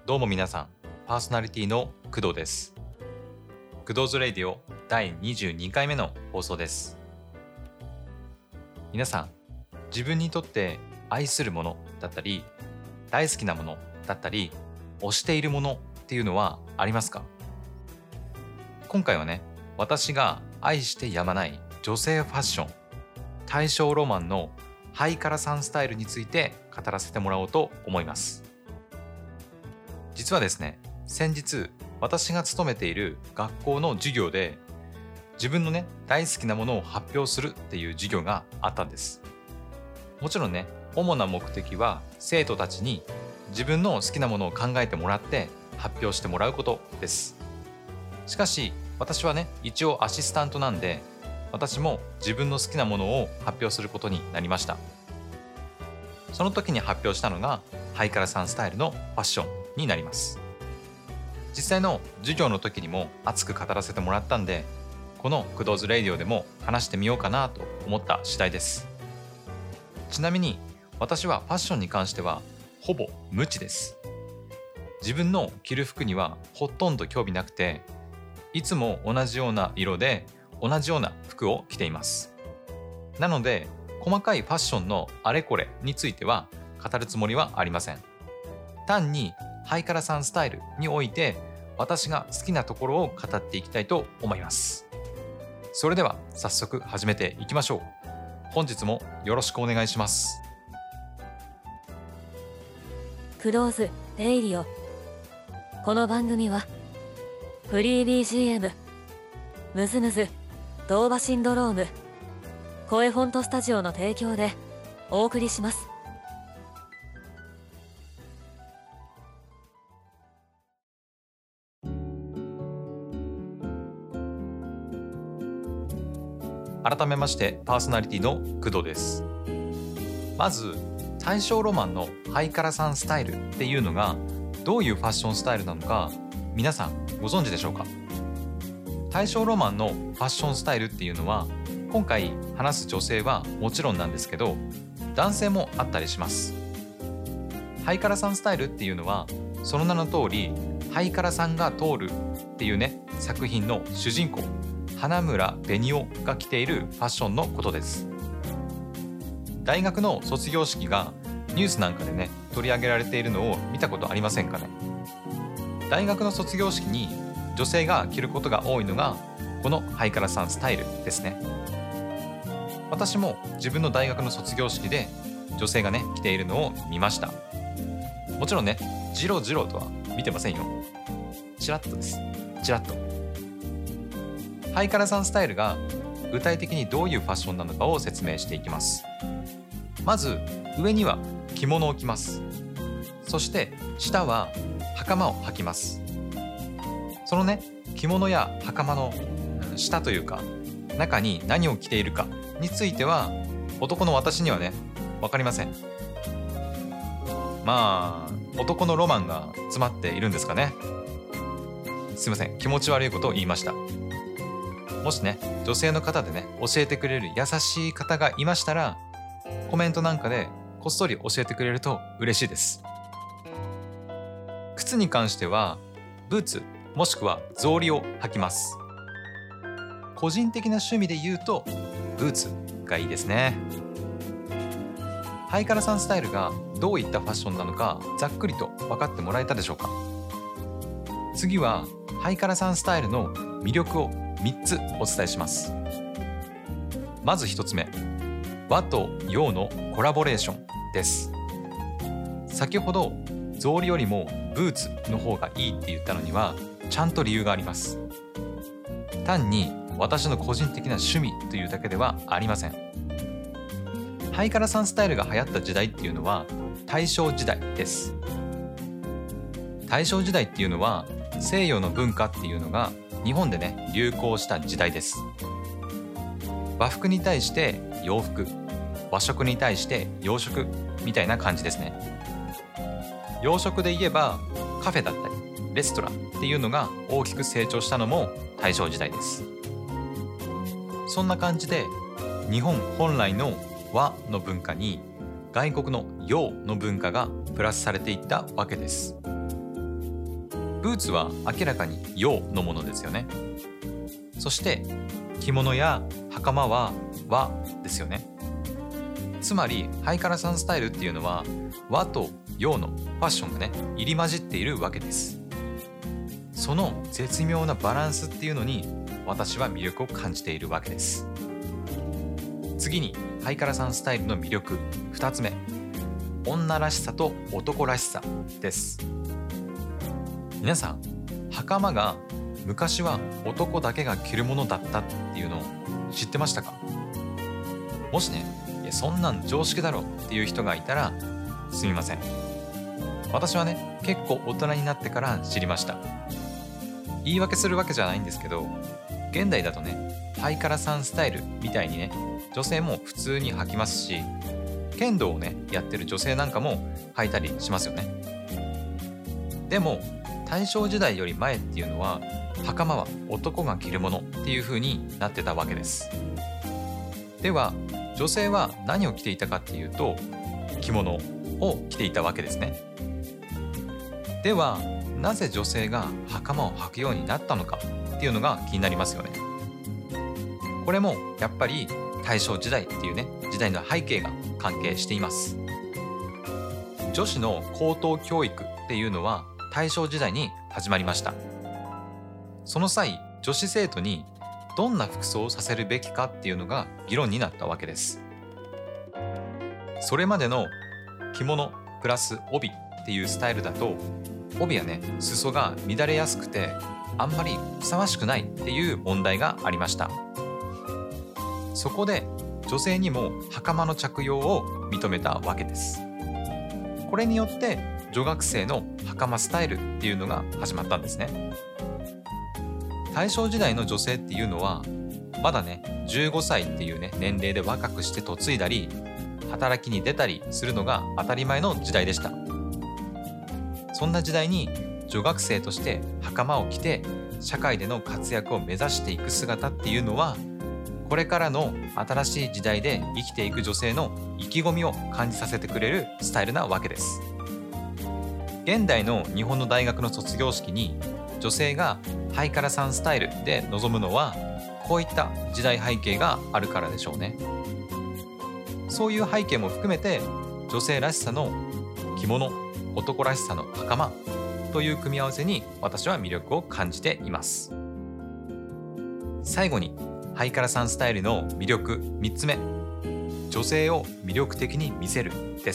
どうも皆さん、パーソナリティの工藤です。工藤ズレイディオ第22回目の放送です。皆さん、自分にとって愛するものだったり、大好きなものだったり、推しているものっていうのはありますか？今回はね、私が愛してやまない女性ファッション、大正ロマンのハイカラさんスタイルについて語らせてもらおうと思います。実はですね、先日私が勤めている学校の授業で自分のね大好きなものを発表するっていう授業があったんです。もちろんね、主な目的は生徒たちに自分の好きなものを考えてもらって発表してもらうことです。しかし私はね、一応アシスタントなんで、私も自分の好きなものを発表することになりました。その時に発表したのがハイカラさんスタイルのファッションになります。実際の授業の時にも熱く語らせてもらったんで、このクドーズレイディオでも話してみようかなと思った次第です。ちなみに私はファッションに関してはほぼ無知です。自分の着る服にはほとんど興味なくて、いつも同じような色で同じような服を着ています。なので細かいファッションのあれこれについては語るつもりはありません。単にハイカラさんスタイルにおいて私が好きなところを語っていきたいと思います。それでは早速始めていきましょう。本日もよろしくお願いします。 クローズレイディオ。この番組はフリー BGM、 ムズムズ、ドーバシンドローム、声フォントスタジオの提供でお送りします。 改めましてパーソナリティの工藤です。まず大正ロマンのハイカラさんスタイルっていうのがどういうファッションスタイルなのか皆さんご存知でしょうか？大正ロマンのファッションスタイルっていうのは今回話す女性はもちろんなんですけど、男性もあったりします。ハイカラさんスタイルっていうのはその名の通りハイカラさんが通るっていうね作品の主人公花村紅緒が着ているファッションのことです。大学の卒業式がニュースなんかでね取り上げられているのを見たことありませんかね？大学の卒業式に女性が着ることが多いのがこのハイカラさんスタイルですね。私も自分の大学の卒業式で女性がね着ているのを見ました。もちろんねジロジロとは見てませんよ。チラッとです。チラッと。ハイカラさんスタイルが具体的にどういうファッションなのかを説明していきます。まず上には着物を着ます。そして下は袴を履きます。そのね着物や袴の下というか中に何を着ているかについては男の私にはね分かりません。まあ男のロマンが詰まっているんですかね。すいません、気持ち悪いことを言いました。もしね女性の方でね教えてくれる優しい方がいましたらコメントなんかでこっそり教えてくれると嬉しいです。靴に関してはブーツもしくは草履を履きます。個人的な趣味で言うとブーツがいいですね。ハイカラさんスタイルがどういったファッションなのかざっくりと分かってもらえたでしょうか？次はハイカラさんスタイルの魅力を3つお伝えします。まず1つ目、和と洋のコラボレーションです。先ほど草履よりもブーツの方がいいって言ったのにはちゃんと理由があります。単に私の個人的な趣味というだけではありません。ハイカラさんスタイルが流行った時代っていうのは大正時代です。大正時代っていうのは西洋の文化っていうのが日本でね流行した時代です。和服に対して洋服、和食に対して洋食みたいな感じですね。洋食で言えばカフェだったりレストランっていうのが大きく成長したのも大正時代です。そんな感じで日本本来の和の文化に外国の洋の文化がプラスされていったわけです。 ブーツは明らかに洋のものですよね。そして着物や袴は和ですよね。つまりハイカラさんスタイルっていうのは和と洋のファッションがね入り混じっているわけです。その絶妙なバランスっていうのに私は魅力を感じているわけです。次にハイカラさんスタイルの魅力2つ目、女らしさと男らしさです。皆さん、袴が昔は男だけが着るものだったっていうのを知ってましたか？もしね、いやそんなん常識だろっていう人がいたらすみません。私はね、結構大人になってから知りました。言い訳するわけじゃないんですけど、現代だとね、ハイカラさんスタイルみたいにね、女性も普通に履きますし、剣道をね、やってる女性なんかも履いたりしますよね。でも、大正時代より前っていうのは、袴は男が着るものっていう風になってたわけです。では、女性は何を着ていたかっていうと、着物を着ていたわけですね。では、なぜ女性が袴を履くようになったのかっていうのが気になりますよね。これもやっぱり大正時代っていうね、時代の背景が関係しています。女子の高等教育っていうのは大正時代に始まりました。その際、女子生徒にどんな服装をさせるべきかっていうのが議論になったわけです。それまでの着物プラス帯っていうスタイルだと、帯はね、裾が乱れやすくてあんまりふさわしくないっていう問題がありました。そこで女性にも袴の着用を認めたわけです。これによって女学生の袴スタイルっていうのが始まったんですね。大正時代の女性っていうのはまだね15歳っていうね年齢で若くして嫁いだり働きに出たりするのが当たり前の時代でした。そんな時代に女学生として袴を着て社会での活躍を目指していく姿っていうのは、これからの新しい時代で生きていく女性の意気込みを感じさせてくれるスタイルなわけです。現代の日本の大学の卒業式に女性がハイカラさんスタイルで臨むのは、こういった時代背景があるからでしょうね。そういう背景も含めて女性らしさの着物、男らしさの袴という組み合わせに私は魅力を感じています。最後にハイカラさんスタイルの魅力3つ目、女性を魅力的に見せるです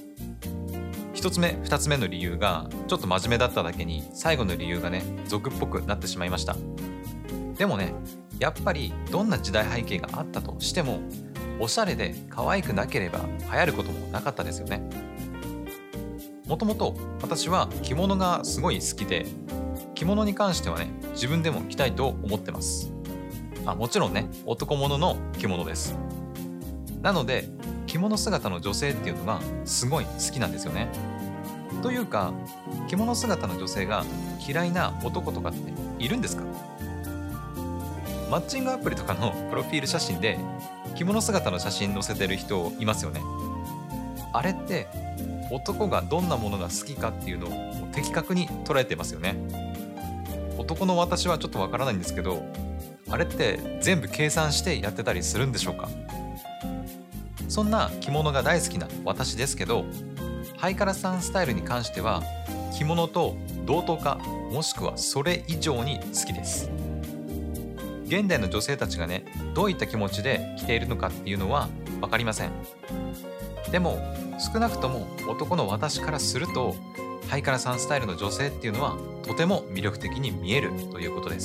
。1つ目2つ目の理由がちょっと真面目だっただけに、最後の理由がね俗っぽくなってしまいました。でもね、やっぱりどんな時代背景があったとしても、おしゃれで可愛くなければ流行ることもなかったですよね。もともと私は着物がすごい好きで、着物に関してはね自分でも着たいと思ってます。もちろんね男物の着物です。なので着物姿の女性っていうのがすごい好きなんですよね。というか、着物姿の女性が嫌いな男とかっているんですか？マッチングアプリとかのプロフィール写真で着物姿の写真載せてる人いますよね。あれって男がどんなものが好きかっていうのを的確に捉えてますよね。男の私はちょっとわからないんですけど、あれって全部計算してやってたりするんでしょうか？そんな着物が大好きな私ですけど、ハイカラさんスタイルに関しては着物と同等か、もしくはそれ以上に好きです。現代の女性たちがねどういった気持ちで着ているのかっていうのは分かりません。でも少なくとも男の私からすると、ハイカラさんスタイルの女性っていうのはとても魅力的に見えるということです。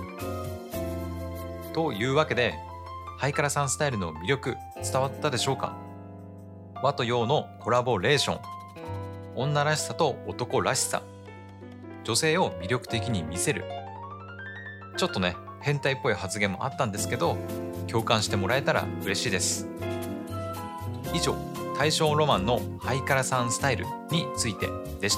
というわけで、ハイカラさんスタイルの魅力伝わったでしょうか？和と洋のコラボレーション、女らしさと男らしさ、女性を魅力的に見せる。ちょっとね変態っぽい発言もあったんですけど、共感してもらえたら嬉しいです。以上、大正ロマンのハイカラさんスタイルについてでした。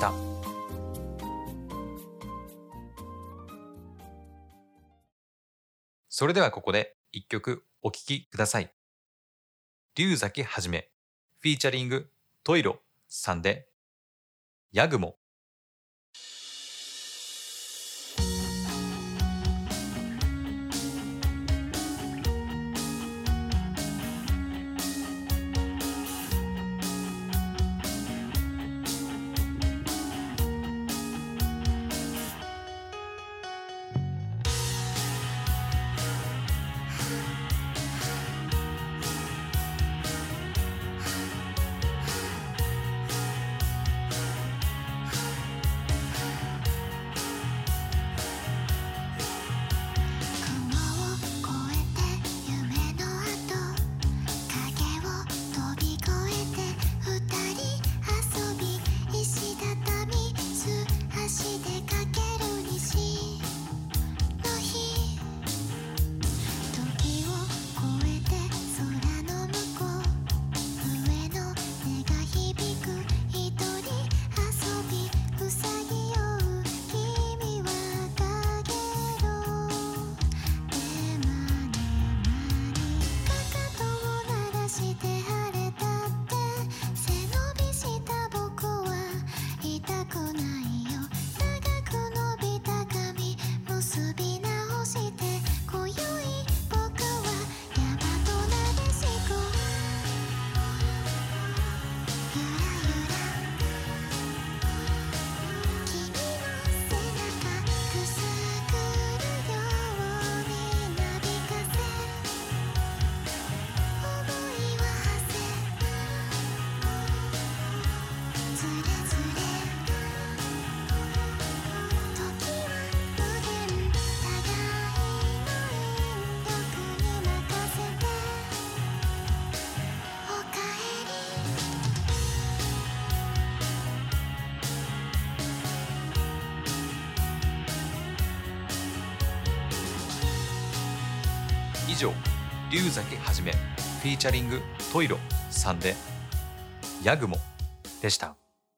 それではここで一曲お聴きください。龍崎はじめフィーチャリングトイロさんでヤグモ。 上龍崎はじめフィーチャリングトイロさんでヤグモでした。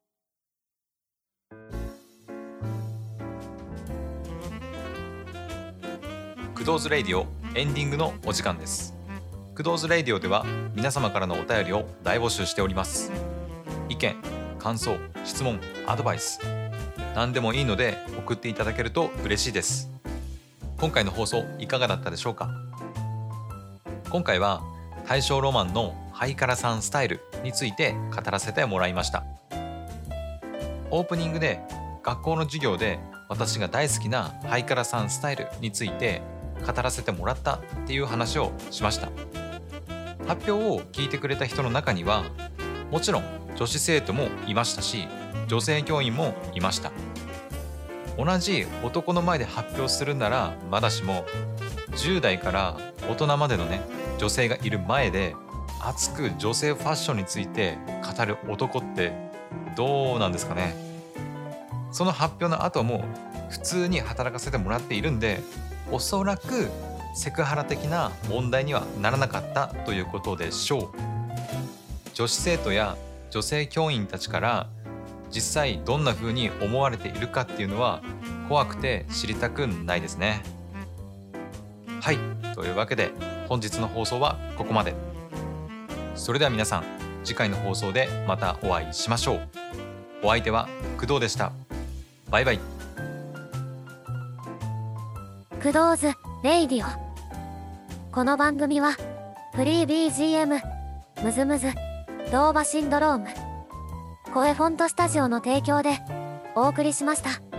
クドーズレイディオエンディングのお時間です。クドーズレイディオでは皆様からのお便りを大募集しております。意見、感想、質問、アドバイス、何でもいいので送っていただけると嬉しいです。今回の放送いかがだったでしょうか。今回は大正ロマンのハイカラさんスタイルについて語らせてもらいました。オープニングで学校の授業で私が大好きなハイカラさんスタイルについて語らせてもらったっていう話をしました。発表を聞いてくれた人の中にはもちろん女子生徒もいましたし、女性教員もいました。同じ男の前で発表するならまだしも、10代から大人までのね女性がいる前で熱く女性ファッションについて語る男ってどうなんですかね。その発表の後も普通に働かせてもらっているんで、おそらくセクハラ的な問題にはならなかったということでしょう。女子生徒や女性教員たちから実際どんな風に思われているかっていうのは怖くて知りたくないですね。はい、というわけで本日の放送はここまで。それでは皆さん、次回の放送でまたお会いしましょう。お相手は工藤でした。バイバイ。 クドーズレイディオ。この番組はフリー BGM ムズムズドーバシンドローム声フォントスタジオの提供でお送りしました。